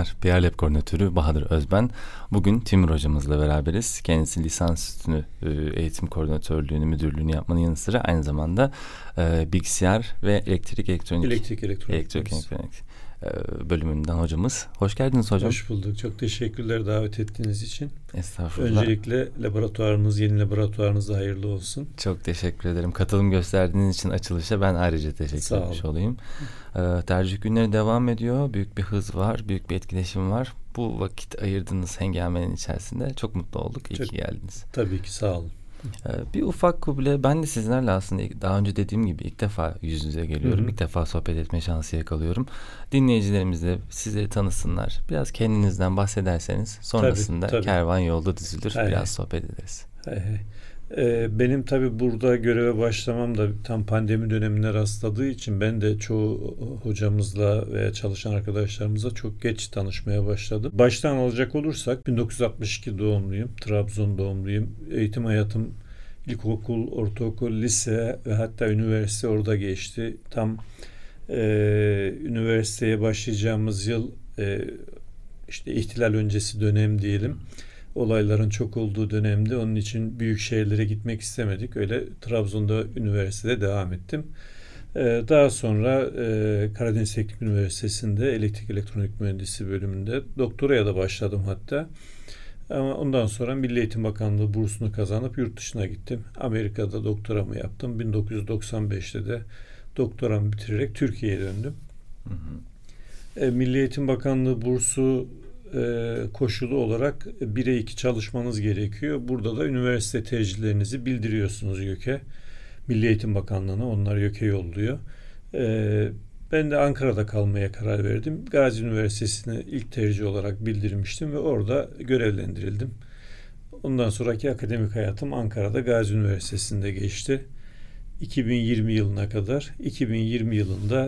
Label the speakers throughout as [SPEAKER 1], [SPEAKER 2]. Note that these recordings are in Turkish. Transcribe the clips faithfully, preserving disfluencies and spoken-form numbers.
[SPEAKER 1] akşamlar. P R Lab Koordinatörü Bahadır Özben. Bugün Timur hocamızla beraberiz. Kendisi lisansüstü eğitim koordinatörlüğünü, müdürlüğünü yapmanın yanı sıra aynı zamanda e, bilgisayar ve elektrik elektronik,
[SPEAKER 2] elektrik elektronik,
[SPEAKER 1] elektrik elektronik e, bölümünden hocamız. Hoş geldiniz hocam.
[SPEAKER 2] Hoş bulduk. Çok teşekkürler davet ettiğiniz için.
[SPEAKER 1] Estağfurullah.
[SPEAKER 2] Öncelikle laboratuvarınız, yeni laboratuvarınız da hayırlı olsun.
[SPEAKER 1] Çok teşekkür ederim. Katılım gösterdiğiniz için açılışa ben ayrıca teşekkür etmiş olayım. Ee, tercih günleri devam ediyor. Büyük bir hız var, büyük bir etkileşim var. Bu vakit ayırdığınız hengamenin içerisinde çok mutlu olduk. İyi
[SPEAKER 2] çok,
[SPEAKER 1] ki geldiniz.
[SPEAKER 2] Tabii ki sağ olun.
[SPEAKER 1] Ee, bir ufak kuble. Ben de sizlerle aslında daha önce dediğim gibi ilk defa yüz yüze geliyorum. Hı hı. İlk defa sohbet etme şansı yakalıyorum. Dinleyicilerimiz de sizleri tanısınlar. Biraz kendinizden bahsederseniz sonrasında tabii, tabii. kervan yolda düzülür. Hay Biraz hay. sohbet ederiz.
[SPEAKER 2] Hay hay. Benim tabii burada göreve başlamam da tam pandemi dönemine rastladığı için ben de çoğu hocamızla veya çalışan arkadaşlarımızla çok geç tanışmaya başladım. Baştan alacak olursak bin dokuz yüz altmış iki doğumluyum, Trabzon doğumluyum. Eğitim hayatım ilkokul, ortaokul, lise ve hatta üniversite orada geçti. Tam e, üniversiteye başlayacağımız yıl e, işte ihtilal öncesi dönem diyelim. Olayların çok olduğu dönemde onun için büyük şehirlere gitmek istemedik. Öyle Trabzon'da üniversitede devam ettim. Ee, daha sonra e, Karadeniz Teknik Üniversitesi'nde elektrik elektronik mühendisi bölümünde doktoraya da başladım hatta. Ama ondan sonra Milli Eğitim Bakanlığı bursunu kazanıp yurt dışına gittim. Amerika'da doktoramı yaptım. bin dokuz yüz doksan beşte de doktoramı bitirerek Türkiye'ye döndüm. Hı hı. E, Milli Eğitim Bakanlığı bursu koşulu olarak bire iki çalışmanız gerekiyor. Burada da üniversite tercihlerinizi bildiriyorsunuz YÖK'e. Milli Eğitim Bakanlığı'na onlar YÖK'e yolluyor. Ben de Ankara'da kalmaya karar verdim. Gazi Üniversitesi'ne ilk tercih olarak bildirmiştim ve orada görevlendirildim. Ondan sonraki akademik hayatım Ankara'da Gazi Üniversitesi'nde geçti. iki bin yirmi yılına kadar. iki bin yirmi yılında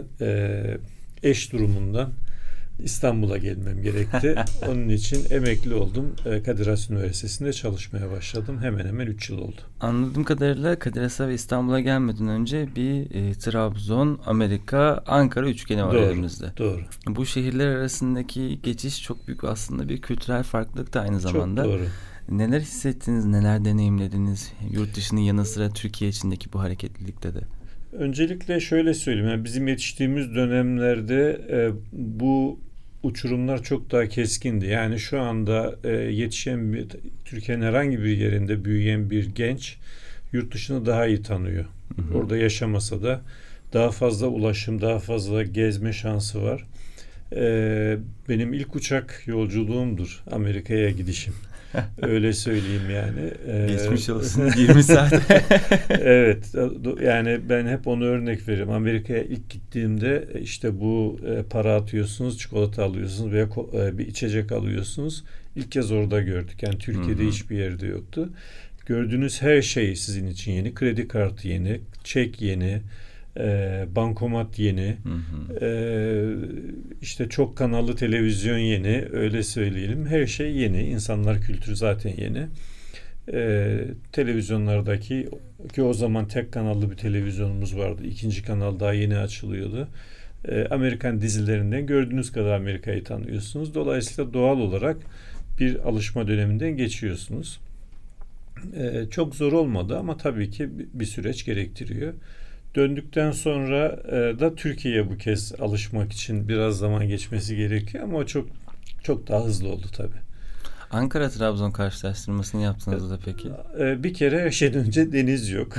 [SPEAKER 2] eş durumundan İstanbul'a gelmem gerekti. Onun için emekli oldum. Kadir Has Üniversitesi'nde çalışmaya başladım. Hemen hemen üç yıl oldu.
[SPEAKER 1] Anladığım kadarıyla Kadir Has'a ve İstanbul'a gelmeden önce bir e, Trabzon, Amerika, Ankara üçgeni var
[SPEAKER 2] doğru,
[SPEAKER 1] elimizde.
[SPEAKER 2] Doğru.
[SPEAKER 1] Bu şehirler arasındaki geçiş çok büyük aslında bir kültürel farklılık da aynı zamanda.
[SPEAKER 2] Çok doğru.
[SPEAKER 1] Neler hissettiniz, neler deneyimlediniz? Yurt dışının yanı sıra Türkiye içindeki bu hareketlilikte de.
[SPEAKER 2] Öncelikle şöyle söyleyeyim. Yani bizim yetiştiğimiz dönemlerde e, bu uçurumlar çok daha keskindi. Yani şu anda e, yetişen bir, Türkiye'nin herhangi bir yerinde büyüyen bir genç yurt dışını daha iyi tanıyor. Hı hı. Orada yaşamasa da daha fazla ulaşım, daha fazla gezme şansı var. E, benim ilk uçak yolculuğumdur Amerika'ya gidişim. Öyle söyleyeyim yani.
[SPEAKER 1] Ee, Geçmiş olsun yirmi saat.
[SPEAKER 2] Evet. Yani ben hep onu örnek veririm. Amerika'ya ilk gittiğimde işte bu para atıyorsunuz, çikolata alıyorsunuz veya bir içecek alıyorsunuz. İlk kez orada gördük. Yani Türkiye'de hı hı. hiçbir yerde yoktu. Gördüğünüz her şey sizin için yeni. Kredi kartı yeni, çek yeni, e, bankomat yeni, hı hı. E, işte çok kanallı televizyon yeni, öyle söyleyelim. Her şey yeni. İnsanlar kültürü zaten yeni. E, televizyonlardaki ki o zaman tek kanallı bir televizyonumuz vardı. İkinci kanal daha yeni açılıyordu. E, Amerikan dizilerinden gördüğünüz kadar Amerika'yı tanıyorsunuz. Dolayısıyla doğal olarak bir alışma döneminden geçiyorsunuz. E, çok zor olmadı ama tabii ki bir süreç gerektiriyor. Döndükten sonra e, da Türkiye'ye bu kez alışmak için biraz zaman geçmesi gerekiyor ama o çok çok daha hızlı oldu tabii.
[SPEAKER 1] Ankara-Trabzon karşılaştırmasını yaptığınızda da peki?
[SPEAKER 2] E, bir kere her şeyden önce deniz yok.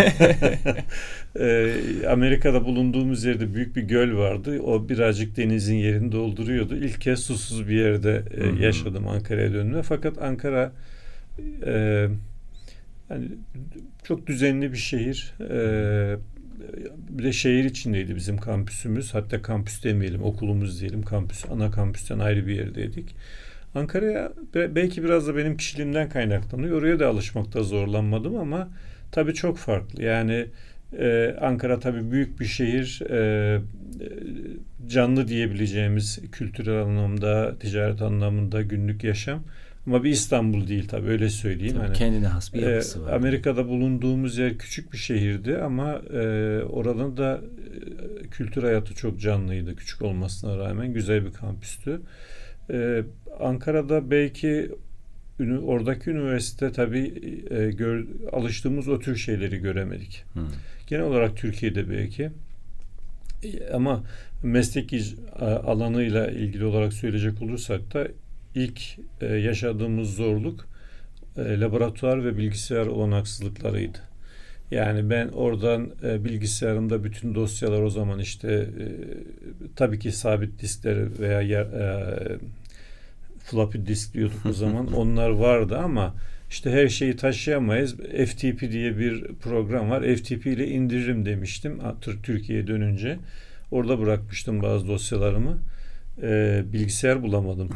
[SPEAKER 2] e, Amerika'da bulunduğumuz yerde büyük bir göl vardı. O birazcık denizin yerini dolduruyordu. İlk kez susuz bir yerde e, yaşadım Ankara'ya döndüğümde. Fakat Ankara e, yani çok düzenli bir şehir. E, Bir de şehir içindeydi bizim kampüsümüz. Hatta kampüs demeyelim, okulumuz diyelim. Kampüs, ana kampüsten ayrı bir yerdeydik. Ankara'ya belki biraz da benim kişiliğimden kaynaklanıyor. Oraya da alışmakta zorlanmadım ama tabii çok farklı. Yani e, Ankara tabii büyük bir şehir. E, canlı diyebileceğimiz kültürel anlamda, ticaret anlamında günlük yaşam. Ama bir İstanbul değil tabii, öyle söyleyeyim.
[SPEAKER 1] Tabii
[SPEAKER 2] hani,
[SPEAKER 1] kendine has bir yapısı
[SPEAKER 2] e,
[SPEAKER 1] var.
[SPEAKER 2] Amerika'da bulunduğumuz yer küçük bir şehirdi ama e, oranın da e, kültür hayatı çok canlıydı. Küçük olmasına rağmen güzel bir kampüstü. Ee, Ankara'da belki ünü- oradaki üniversite tabii e, gör, alıştığımız o tür şeyleri göremedik.
[SPEAKER 1] Hmm.
[SPEAKER 2] Genel olarak Türkiye'de belki. E, Ama meslek ic- a- alanıyla ilgili olarak söyleyecek olursak da ilk e, yaşadığımız zorluk e, laboratuvar ve bilgisayar olanaksızlıklarıydı. Yani ben oradan e, bilgisayarımda bütün dosyalar o zaman işte e, tabii ki sabit diskler veya yer, e, floppy disk diyorduk o zaman. Onlar vardı ama işte her şeyi taşıyamayız. F T P diye bir program var. F T P ile indiririm demiştim Türkiye'ye dönünce. Orada bırakmıştım bazı dosyalarımı. Ee, bilgisayar bulamadım.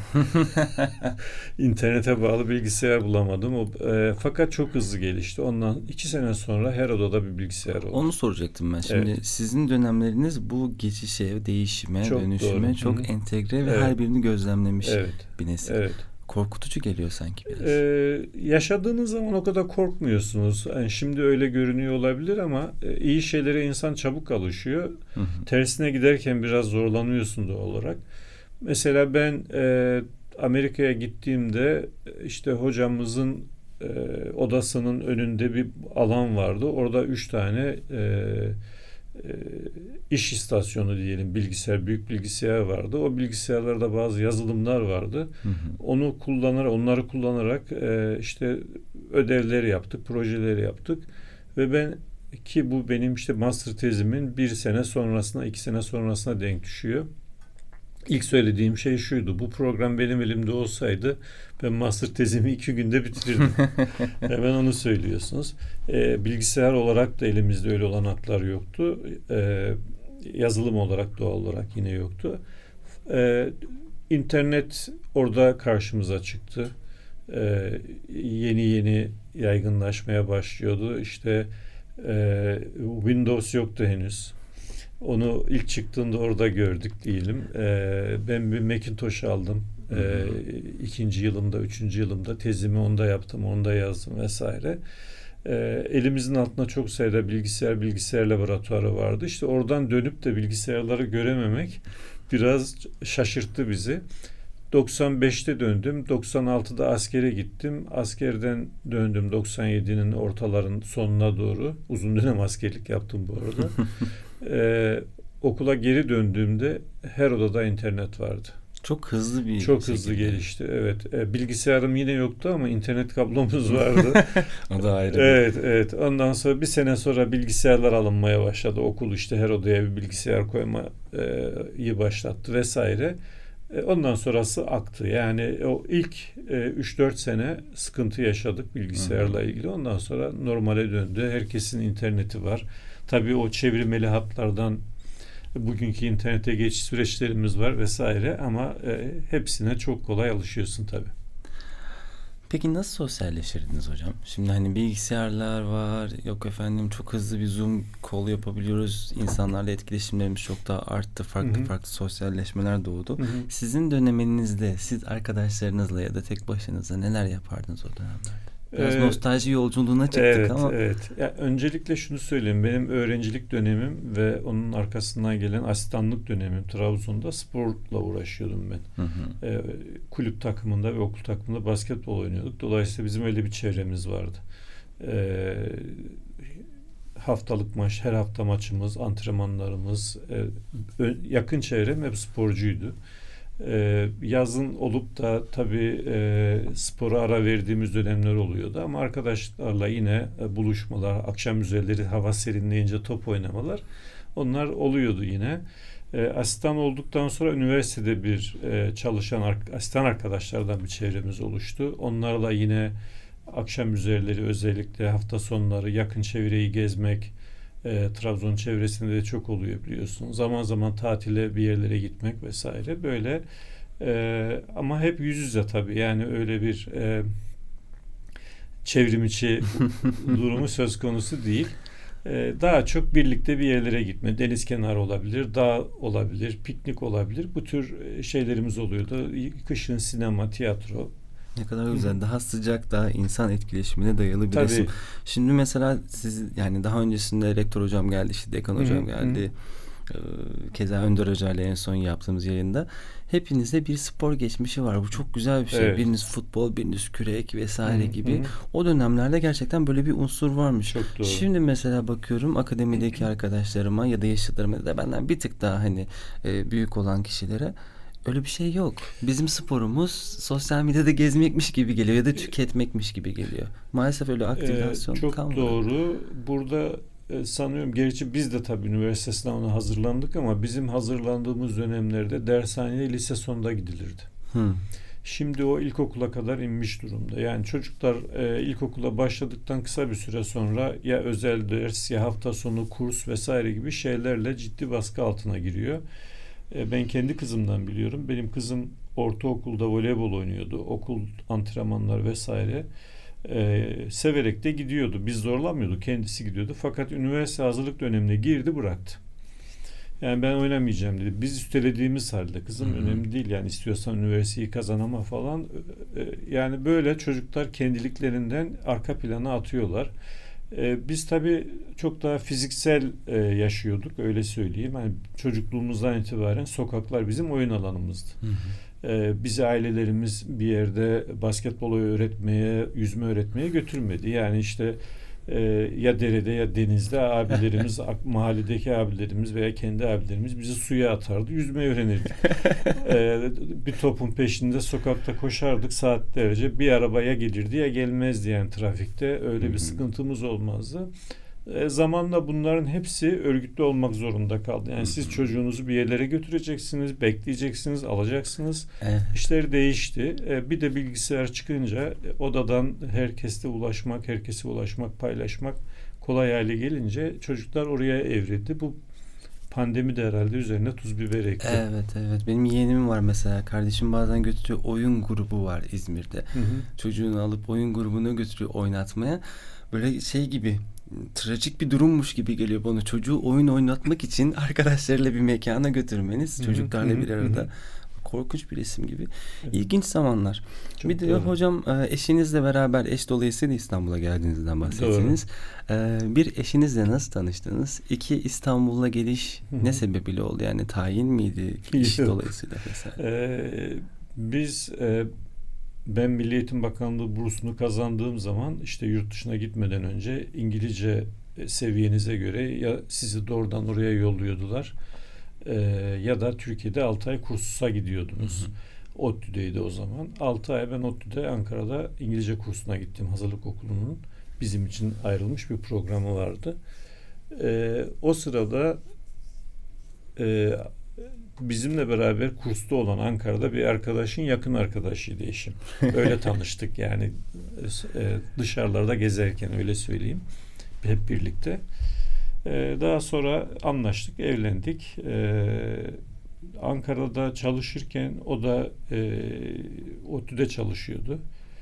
[SPEAKER 2] İnternete bağlı bilgisayar bulamadım. O, e, fakat çok hızlı gelişti. Ondan iki sene sonra her odada bir bilgisayar oldu.
[SPEAKER 1] Onu soracaktım ben. Şimdi
[SPEAKER 2] Evet.
[SPEAKER 1] sizin dönemleriniz bu geçişe, değişime,
[SPEAKER 2] Çok
[SPEAKER 1] dönüşüme
[SPEAKER 2] doğru.
[SPEAKER 1] çok
[SPEAKER 2] Hı-hı.
[SPEAKER 1] entegre ve
[SPEAKER 2] Evet.
[SPEAKER 1] her birini gözlemlemiş
[SPEAKER 2] Evet.
[SPEAKER 1] bir nesil.
[SPEAKER 2] Evet.
[SPEAKER 1] Korkutucu geliyor sanki biraz.
[SPEAKER 2] Ee, yaşadığınız zaman o kadar korkmuyorsunuz. Yani şimdi öyle görünüyor olabilir ama e, iyi şeylere insan çabuk alışıyor.
[SPEAKER 1] Hı hı.
[SPEAKER 2] Tersine giderken biraz zorlanıyorsun doğal olarak. Mesela ben e, Amerika'ya gittiğimde işte hocamızın e, odasının önünde bir alan vardı. Orada üç tane e, e, iş istasyonu diyelim, bilgisayar, büyük bilgisayar vardı. O bilgisayarlarda bazı yazılımlar vardı.
[SPEAKER 1] Hı hı.
[SPEAKER 2] Onu kullanarak, onları kullanarak e, işte ödevleri yaptık, projeleri yaptık ve ben ki bu benim işte master tezimin bir sene sonrasına, iki sene sonrasına denk düşüyor. İlk söylediğim şey şuydu. Bu program benim elimde olsaydı ben master tezimi iki günde bitirirdim. Hemen onu söylüyorsunuz. E, bilgisayar olarak da elimizde öyle olanaklar yoktu. E, yazılım olarak doğal olarak yine yoktu. E, internet orada karşımıza çıktı. E, yeni yeni yaygınlaşmaya başlıyordu. İşte e, Windows yoktu henüz. Onu ilk çıktığında orada gördük diyelim. Ee, ben bir Macintosh aldım. Ee, ikinci yılımda, üçüncü yılımda tezimi onda yaptım, onda yazdım vesaire. Ee, elimizin altında çok sayıda bilgisayar, bilgisayar laboratuvarı vardı. İşte oradan dönüp de bilgisayarları görememek biraz şaşırttı bizi. doksan beşte döndüm. doksan altıda askere gittim. Askerden döndüm doksan yedinin ortaların sonuna doğru. Uzun dönem askerlik yaptım bu arada. Ee, okula geri döndüğümde her odada internet vardı.
[SPEAKER 1] Çok hızlı bir
[SPEAKER 2] Çok
[SPEAKER 1] şekilde.
[SPEAKER 2] hızlı gelişti. Evet. Ee, bilgisayarım yine yoktu ama internet kablomuz vardı.
[SPEAKER 1] O da ayrı.
[SPEAKER 2] Evet, evet. Ondan sonra bir sene sonra bilgisayarlar alınmaya başladı. Okul işte her odaya bir bilgisayar koymayı başlattı vesaire. Ondan sonrası aktı. Yani o ilk üç dört sene sıkıntı yaşadık bilgisayarla ilgili. Ondan sonra normale döndü. Herkesin interneti var. Tabii o çevirmeli hatlardan bugünkü internete geçiş süreçlerimiz var vesaire ama e, hepsine çok kolay alışıyorsun tabii.
[SPEAKER 1] Peki nasıl sosyalleşirdiniz hocam? Şimdi hani bilgisayarlar var, yok efendim çok hızlı bir Zoom call yapabiliyoruz. İnsanlarla etkileşimlerimiz çok daha arttı. Farklı
[SPEAKER 2] Hı hı.
[SPEAKER 1] farklı sosyalleşmeler doğdu.
[SPEAKER 2] Hı hı.
[SPEAKER 1] Sizin döneminizde siz arkadaşlarınızla ya da tek başınıza neler yapardınız o dönemlerde? Biraz
[SPEAKER 2] Ee,
[SPEAKER 1] nostalji yolculuğuna çıktık
[SPEAKER 2] evet,
[SPEAKER 1] ama.
[SPEAKER 2] Evet. Ya, öncelikle şunu söyleyeyim. Benim öğrencilik dönemim ve onun arkasından gelen asistanlık dönemim Trabzon'da sporla uğraşıyordum ben.
[SPEAKER 1] Hı hı.
[SPEAKER 2] Ee, kulüp takımında ve okul takımında basketbol oynuyorduk. Dolayısıyla bizim öyle bir çevremiz vardı. Ee, haftalık maç, her hafta maçımız, antrenmanlarımız, e, yakın çevrem hep sporcuydu. Ee, yazın olup da tabii e, spora ara verdiğimiz dönemler oluyordu ama arkadaşlarla yine e, buluşmalar, akşam üzerleri hava serinleyince top oynamalar onlar oluyordu yine. E, asistan olduktan sonra üniversitede bir e, çalışan ar- asistan arkadaşlardan bir çevremiz oluştu. Onlarla yine akşam üzerleri özellikle hafta sonları yakın çevreyi gezmek, E, Trabzon çevresinde de çok oluyor biliyorsun. Zaman zaman tatile bir yerlere gitmek vesaire böyle. E, ama hep yüz yüze tabii. Yani öyle bir e, çevrim içi durumu söz konusu değil. E, daha çok birlikte bir yerlere gitme. Deniz kenarı olabilir, dağ olabilir, piknik olabilir. Bu tür şeylerimiz oluyordu. Kışın sinema, tiyatro.
[SPEAKER 1] Ne kadar güzel. Daha sıcak, daha insan etkileşimine dayalı bir
[SPEAKER 2] Tabii.
[SPEAKER 1] resim. Şimdi mesela siz yani daha öncesinde rektör hocam geldi, işte dekan hocam geldi. Keza Önder Hoca ile en son yaptığımız yayında hepinizde bir spor geçmişi var. Bu çok güzel bir şey.
[SPEAKER 2] Evet.
[SPEAKER 1] Biriniz futbol, biriniz kürek vesaire
[SPEAKER 2] Hı,
[SPEAKER 1] gibi.
[SPEAKER 2] hı.
[SPEAKER 1] O dönemlerde gerçekten böyle bir unsur varmış.
[SPEAKER 2] Çok doğru.
[SPEAKER 1] Şimdi mesela bakıyorum akademideki arkadaşlarıma ya da yaşıtlarıma da benden bir tık daha hani e, büyük olan kişilere öyle bir şey yok. Bizim sporumuz sosyal medyada gezmekmiş gibi geliyor ya da tüketmekmiş gibi geliyor. Maalesef öyle aktivasyon
[SPEAKER 2] ee, çok
[SPEAKER 1] kalmadı.
[SPEAKER 2] Çok doğru. Burada e, sanıyorum gerçi biz de tabii üniversite sınavına hazırlandık ama bizim hazırlandığımız dönemlerde dershaneye lise sonunda gidilirdi.
[SPEAKER 1] Hmm.
[SPEAKER 2] Şimdi o ilkokula kadar inmiş durumda. Yani çocuklar e, ilkokula başladıktan kısa bir süre sonra ya özel ders ya hafta sonu kurs vesaire gibi şeylerle ciddi baskı altına giriyor. E, ben kendi kızımdan biliyorum. Benim kızım ortaokulda voleybol oynuyordu. Okul antrenmanlar vesaire. E, severek de gidiyordu. Biz zorlamıyorduk. Kendisi gidiyordu. Fakat üniversite hazırlık dönemine girdi, bıraktı. Yani ben oynamayacağım dedi. Biz üstelediğimiz halde kızım
[SPEAKER 1] Hı-hı.
[SPEAKER 2] önemli değil yani istiyorsan üniversiteyi kazan ama falan. Yani böyle çocuklar kendiliklerinden arka plana atıyorlar. Biz tabii çok daha fiziksel yaşıyorduk öyle söyleyeyim. Yani çocukluğumuzdan itibaren sokaklar bizim oyun alanımızdı. Hı-hı. Bizi ailelerimiz bir yerde basketbol öğretmeye, yüzme öğretmeye götürmedi. Yani işte Ee, ya derede ya denizde abilerimiz, mahalledeki abilerimiz veya kendi abilerimiz bizi suya atardı, yüzmeyi öğrenirdik. Ee, bir topun peşinde sokakta koşardık saatlerce. Bir arabaya gelirdi ya gelmezdi yani trafikte. Öyle bir sıkıntımız olmazdı. E, zamanla bunların hepsi örgütlü olmak zorunda kaldı. Yani siz çocuğunuzu bir yerlere götüreceksiniz, bekleyeceksiniz, alacaksınız.
[SPEAKER 1] Evet.
[SPEAKER 2] İşler değişti. E, bir de bilgisayar çıkınca e, odadan herkese ulaşmak, herkese ulaşmak, paylaşmak kolay hale gelince çocuklar oraya evrildi. Bu pandemi de herhalde üzerine tuz biber ekti.
[SPEAKER 1] Evet evet. Benim yeğenim var mesela. Kardeşim bazen götürüyor. Oyun grubu var İzmir'de. Hı hı. Çocuğunu alıp oyun grubuna götürüyor oynatmaya. Böyle şey gibi trajik bir durummuş gibi geliyor bana. Çocuğu oyun oynatmak için arkadaşlarıyla bir mekana götürmeniz, hı-hı, çocuklarla bir arada. Hı-hı. Korkunç bir resim gibi. Evet. İlginç zamanlar. Çok bir de doğru. Hocam eşinizle beraber eş dolayısıyla İstanbul'a geldiğinizden bahsettiniz. Doğru. Bir eşinizle nasıl tanıştınız? İki İstanbul'a geliş, hı-hı, ne sebebiyle oldu? Yani tayin miydi? İş dolayısıyla vesaire.
[SPEAKER 2] Ee, biz e, ben Milli Eğitim Bakanlığı bursunu kazandığım zaman işte yurt dışına gitmeden önce İngilizce seviyenize göre ya sizi doğrudan oraya yolluyordular e, ya da Türkiye'de altı ay kursusa gidiyordunuz. Hı hı. ODTÜ'deydi o zaman. altı ay ben ODTÜ'de Ankara'da İngilizce kursuna gittim. Hazırlık okulunun bizim için ayrılmış bir programı vardı. E, o sırada e, bizimle beraber kursta olan Ankara'da bir arkadaşın yakın arkadaşıydı eşim. Öyle tanıştık yani dışarılarda gezerken öyle söyleyeyim. Hep birlikte. Daha sonra anlaştık, evlendik. Ankara'da çalışırken o da ODTÜ'de çalışıyordu.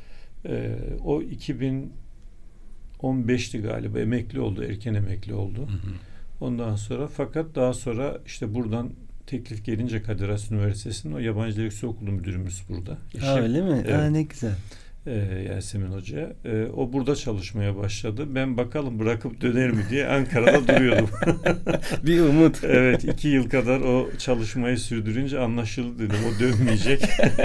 [SPEAKER 2] O iki bin on beşti galiba emekli oldu, erken emekli oldu. Hı hı. Ondan sonra fakat daha sonra işte buradan teklif gelince Kadir Has Üniversitesi'nin o yabancı dil yüksek okulu müdürümüz burada.
[SPEAKER 1] Ha, öyle mi? Evet. Aa, ne güzel.
[SPEAKER 2] Ee, Yasemin Hoca. Ee, o burada çalışmaya başladı. Ben bakalım bırakıp döner mi diye Ankara'da duruyordum.
[SPEAKER 1] Bir umut.
[SPEAKER 2] Evet. iki yıl kadar o çalışmayı sürdürünce anlaşıldı dedim. O dönmeyecek.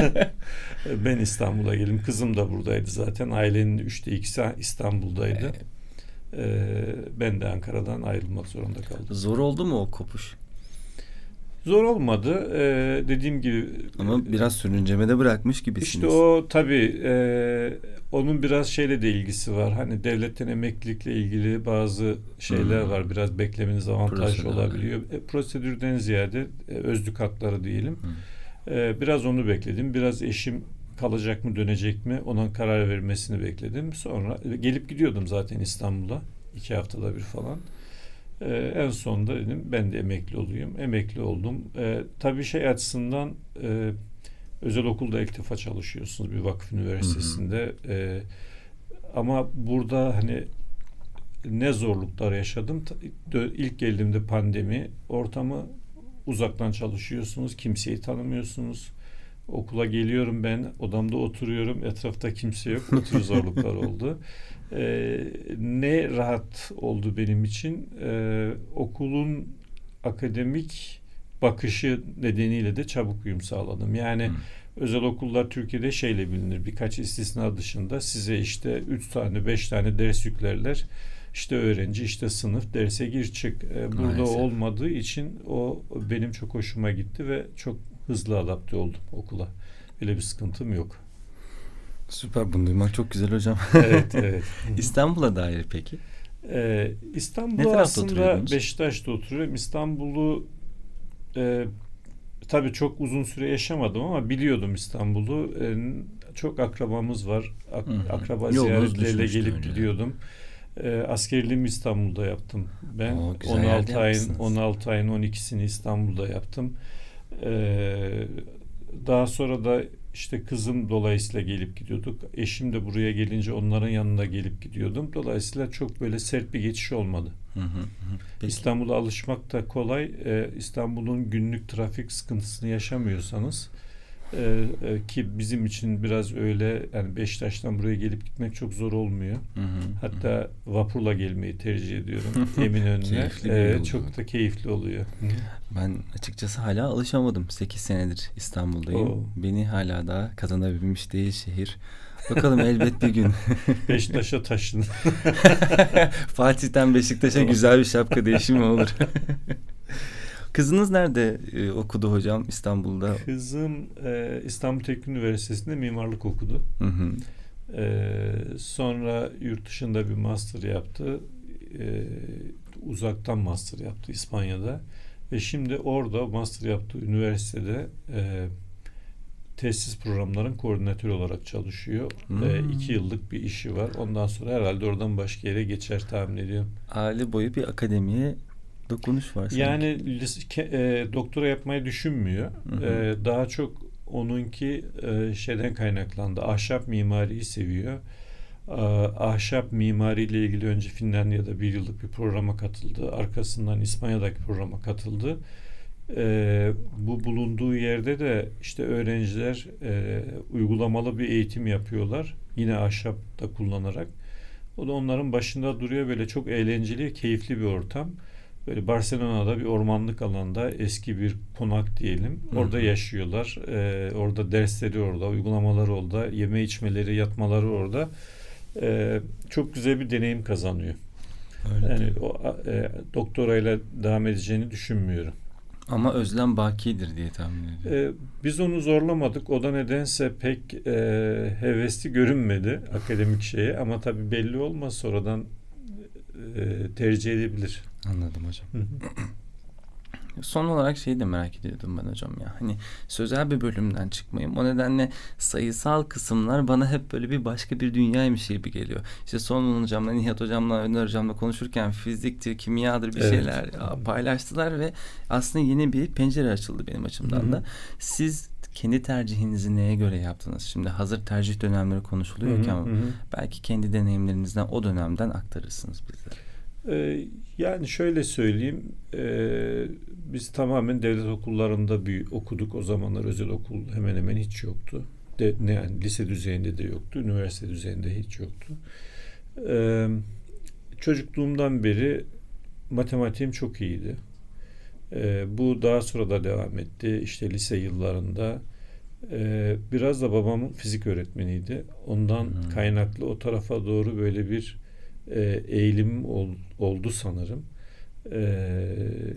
[SPEAKER 2] Ben İstanbul'a geldim. Kızım da buradaydı zaten. Ailenin üçte ikisi İstanbul'daydı. Ee, ben de Ankara'dan ayrılmak zorunda kaldım.
[SPEAKER 1] Zor oldu mu o kopuş?
[SPEAKER 2] Zor olmadı. Ee, dediğim gibi.
[SPEAKER 1] Ama biraz sürüncemede bırakmış gibisiniz.
[SPEAKER 2] İşte o tabii e, onun biraz şeyle de ilgisi var. Hani devletten emeklilikle ilgili bazı şeyler hmm. var. Biraz beklemeniz avantajlı Prosedür. olabiliyor. E, prosedürden ziyade e, özlük hakları diyelim. Hmm. E, biraz onu bekledim. Biraz eşim kalacak mı dönecek mi ona karar vermesini bekledim. Sonra gelip gidiyordum zaten İstanbul'a. iki haftada bir falan. Ee, en sonunda dedim ben de emekli olayım. Emekli oldum. Ee, tabii şey açısından e, özel okulda ilk defa çalışıyorsunuz bir vakıf üniversitesinde. Hı hı. Ee, ama burada hani ne zorluklar yaşadım. İlk geldiğimde pandemi ortamı uzaktan çalışıyorsunuz. Kimseyi tanımıyorsunuz. Okula geliyorum ben odamda oturuyorum. Etrafta kimse yok. O tür zorluklar oldu. Ee, ne rahat oldu benim için. Ee, okulun akademik bakışı nedeniyle de çabuk uyum sağladım. Yani hmm. özel okullar Türkiye'de şeyle bilinir. Birkaç istisna dışında size işte üç tane beş tane ders yüklerler. İşte öğrenci, işte sınıf, derse gir çık. Ee, burada Maalesef. olmadığı için o benim çok hoşuma gitti ve çok hızlı adapte oldum okula. Öyle bir sıkıntım yok.
[SPEAKER 1] Süper, bunu duymak çok güzel hocam.
[SPEAKER 2] Evet, evet.
[SPEAKER 1] İstanbul'a dair peki?
[SPEAKER 2] Ee, İstanbul'u aslında Beşiktaş'ta oturuyorum. İstanbul'u e, tabii çok uzun süre yaşamadım ama biliyordum İstanbul'u. E, çok akrabamız var. Ak, akraba Yolunuz ziyaretleriyle gelip öyle. gidiyordum. E, askerliğimi İstanbul'da yaptım. Ben Oo, on altı ayın on altı ayın on ikisini İstanbul'da yaptım. E, daha sonra da İşte kızım dolayısıyla gelip gidiyorduk. Eşim de buraya gelince onların yanına gelip gidiyordum. Dolayısıyla çok böyle sert bir geçiş olmadı. Hı hı hı. İstanbul'a alışmak da kolay. Ee, İstanbul'un günlük trafik sıkıntısını yaşamıyorsanız e, e, ki bizim için biraz öyle, yani Beşiktaş'tan buraya gelip gitmek çok zor olmuyor. Hı hı, Hatta hı. vapurla gelmeyi tercih ediyorum Eminönü'ne. Evet, çok da keyifli oluyor. Hı.
[SPEAKER 1] Ben açıkçası hala alışamadım. sekiz senedir İstanbul'dayım. Oo. Beni hala daha kazanabilmiş değil şehir. Bakalım elbet bir gün.
[SPEAKER 2] Beşiktaş'a taşın.
[SPEAKER 1] Fatih'ten Beşiktaş'a güzel bir şapka değişimi olur. Kızınız nerede e, okudu hocam İstanbul'da?
[SPEAKER 2] Kızım e, İstanbul Teknik Üniversitesi'nde mimarlık okudu. Hı hı. E, sonra yurt dışında bir master yaptı. E, uzaktan master yaptı İspanya'da. Ve şimdi orada master yaptığı üniversitede e, tesis programların koordinatörü olarak çalışıyor. Hmm. E, iki yıllık bir işi var. Ondan sonra herhalde oradan başka yere geçer tahmin ediyorum.
[SPEAKER 1] Aile boyu bir akademiye dokunuş var sanki.
[SPEAKER 2] Yani e, doktora yapmayı düşünmüyor. E, daha çok onunki e, şeyden kaynaklandı. Ahşap mimariyi seviyor. E, ahşap mimariyle ilgili önce Finlandiya'da bir yıllık bir programa katıldı. Arkasından İspanya'daki programa katıldı. E, bu bulunduğu yerde de işte öğrenciler e, uygulamalı bir eğitim yapıyorlar. Yine ahşap da kullanarak. O da onların başında duruyor. Böyle çok eğlenceli, keyifli bir ortam. Böyle Barcelona'da bir ormanlık alanda eski bir konak diyelim. Orada Hı-hı. yaşıyorlar. Ee, orada dersleri orada, uygulamaları orada, yeme içmeleri, yatmaları orada. Ee, çok güzel bir deneyim kazanıyor. Öyle yani o e, doktorayla devam edeceğini düşünmüyorum.
[SPEAKER 1] Ama özlem bakidir diye tahmin ediyorum.
[SPEAKER 2] Ee, biz onu zorlamadık. O da nedense pek e, hevesli görünmedi akademik şeye. Ama tabii belli olmaz, sonradan e, tercih edebilir.
[SPEAKER 1] Anladım hocam. Hı hı. Son olarak şeyi de merak ediyordum ben hocam ya. Hani sözel bir bölümden çıkmayayım. O nedenle sayısal kısımlar bana hep böyle bir başka bir dünyaymış gibi geliyor. İşte son hocamla, Nihat hocamla, Önder hocamla konuşurken fiziktir, kimyadır bir evet. şeyler ya, paylaştılar ve aslında yeni bir pencere açıldı benim açımdan Hı-hı. da. Siz kendi tercihinizi neye göre yaptınız? Şimdi hazır tercih dönemleri konuşuluyorken hı hı. belki kendi deneyimlerinizden o dönemden aktarırsınız bizlere.
[SPEAKER 2] Ee, yani şöyle söyleyeyim, e, biz tamamen devlet okullarında bir okuduk. O zamanlar özel okul hemen hemen hiç yoktu. De, ne yani lise düzeyinde de yoktu, üniversite düzeyinde hiç yoktu. Ee, çocukluğumdan beri matematiğim çok iyiydi. Ee, bu daha sonra da devam etti. İşte lise yıllarında. Ee, biraz da babamın fizik öğretmeniydi. Ondan hmm. kaynaklı o tarafa doğru böyle bir e, eğilim ol, oldu sanırım. Ee,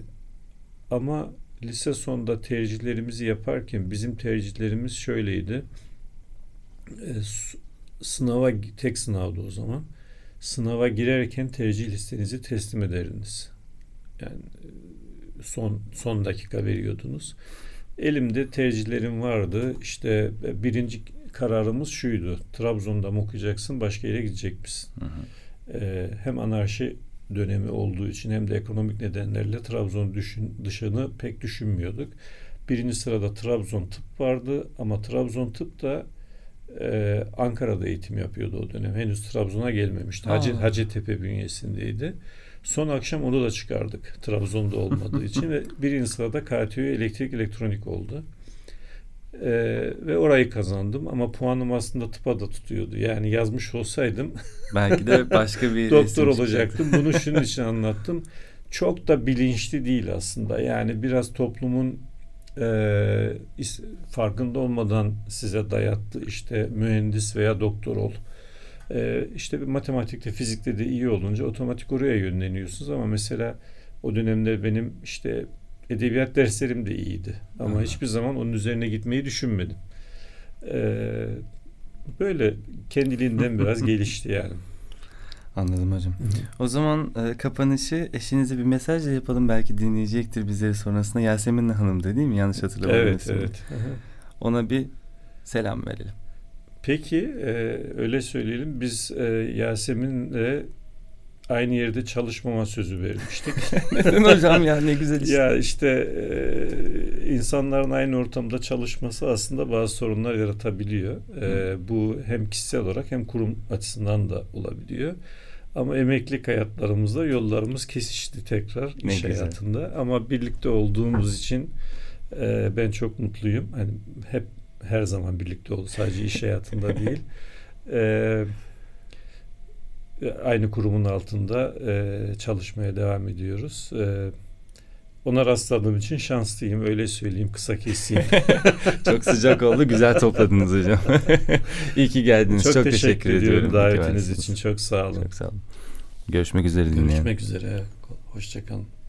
[SPEAKER 2] ama lise sonunda tercihlerimizi yaparken bizim tercihlerimiz şöyleydi. Ee, sınava, tek sınavdı o zaman. Sınava girerken tercih listenizi teslim ederdiniz. Yani son son dakika veriyordunuz. Elimde tercihlerim vardı. İşte birinci kararımız şuydu. Trabzon'da mı okuyacaksın, başka yere gidecek misin? Hı hı. Ee, hem anarşi dönemi olduğu için hem de ekonomik nedenlerle Trabzon düşün, dışını pek düşünmüyorduk. Birinci sırada Trabzon tıp vardı ama Trabzon tıp da e, Ankara'da eğitim yapıyordu o dönem. Henüz Trabzon'a gelmemişti. Hacı, Hacettepe bünyesindeydi. Son akşam onu da çıkardık. Trabzon'da olmadığı için ve birinci sırada K T Ö elektrik elektronik oldu. Ee, ve orayı kazandım ama puanım aslında tıpa da tutuyordu. Yani yazmış olsaydım
[SPEAKER 1] belki de başka bir
[SPEAKER 2] doktor olacaktım. Bunu şunun için anlattım. çok da bilinçli değil aslında. Yani biraz toplumun e, is- farkında olmadan size dayattığı işte mühendis veya doktor ol. E, işte bir matematikte, fizikte de iyi olunca otomatik oraya yönleniyorsunuz ama mesela o dönemde benim işte edebiyat derslerim de iyiydi. Ama
[SPEAKER 1] Aha.
[SPEAKER 2] hiçbir zaman onun üzerine gitmeyi düşünmedim. E, böyle kendiliğinden biraz gelişti yani.
[SPEAKER 1] Anladım hocam.
[SPEAKER 2] Hı hı.
[SPEAKER 1] O zaman e, kapanışı eşinize bir mesajla yapalım. Belki dinleyecektir bizleri sonrasında. Yasemin Hanım'dı değil mi? Yanlış hatırlamadım.
[SPEAKER 2] Evet,
[SPEAKER 1] ismini.
[SPEAKER 2] evet. Hı hı.
[SPEAKER 1] Ona bir selam verelim.
[SPEAKER 2] Peki e, öyle söyleyelim. Biz e, Yasemin'le aynı yerde çalışmama sözü vermiştik.
[SPEAKER 1] Neden hocam ya, ne güzel işte.
[SPEAKER 2] Ya işte e, insanların aynı ortamda çalışması aslında bazı sorunlar yaratabiliyor. E, bu hem kişisel olarak hem kurum açısından da olabiliyor. Ama emeklilik hayatlarımızda yollarımız kesişti tekrar
[SPEAKER 1] Ne
[SPEAKER 2] iş
[SPEAKER 1] güzel.
[SPEAKER 2] hayatında. Ama birlikte olduğumuz için e, ben çok mutluyum. Hani hep her zaman birlikte oldu. Sadece iş hayatında değil. E, aynı kurumun altında e, çalışmaya devam ediyoruz. E, ona rastladığım için şanslıyım. Öyle söyleyeyim. Kısa keseyim.
[SPEAKER 1] Çok sıcak oldu. Güzel topladınız hocam. İyi ki geldiniz. Çok,
[SPEAKER 2] Çok,
[SPEAKER 1] teşekkür,
[SPEAKER 2] teşekkür
[SPEAKER 1] ediyorum.
[SPEAKER 2] ediyorum
[SPEAKER 1] İyi ki
[SPEAKER 2] davetiniz
[SPEAKER 1] varsınız.
[SPEAKER 2] için. Çok sağ olun.
[SPEAKER 1] Çok sağ olun. Görüşmek üzere dinleyen.
[SPEAKER 2] Görüşmek üzere. Hoşça kalın.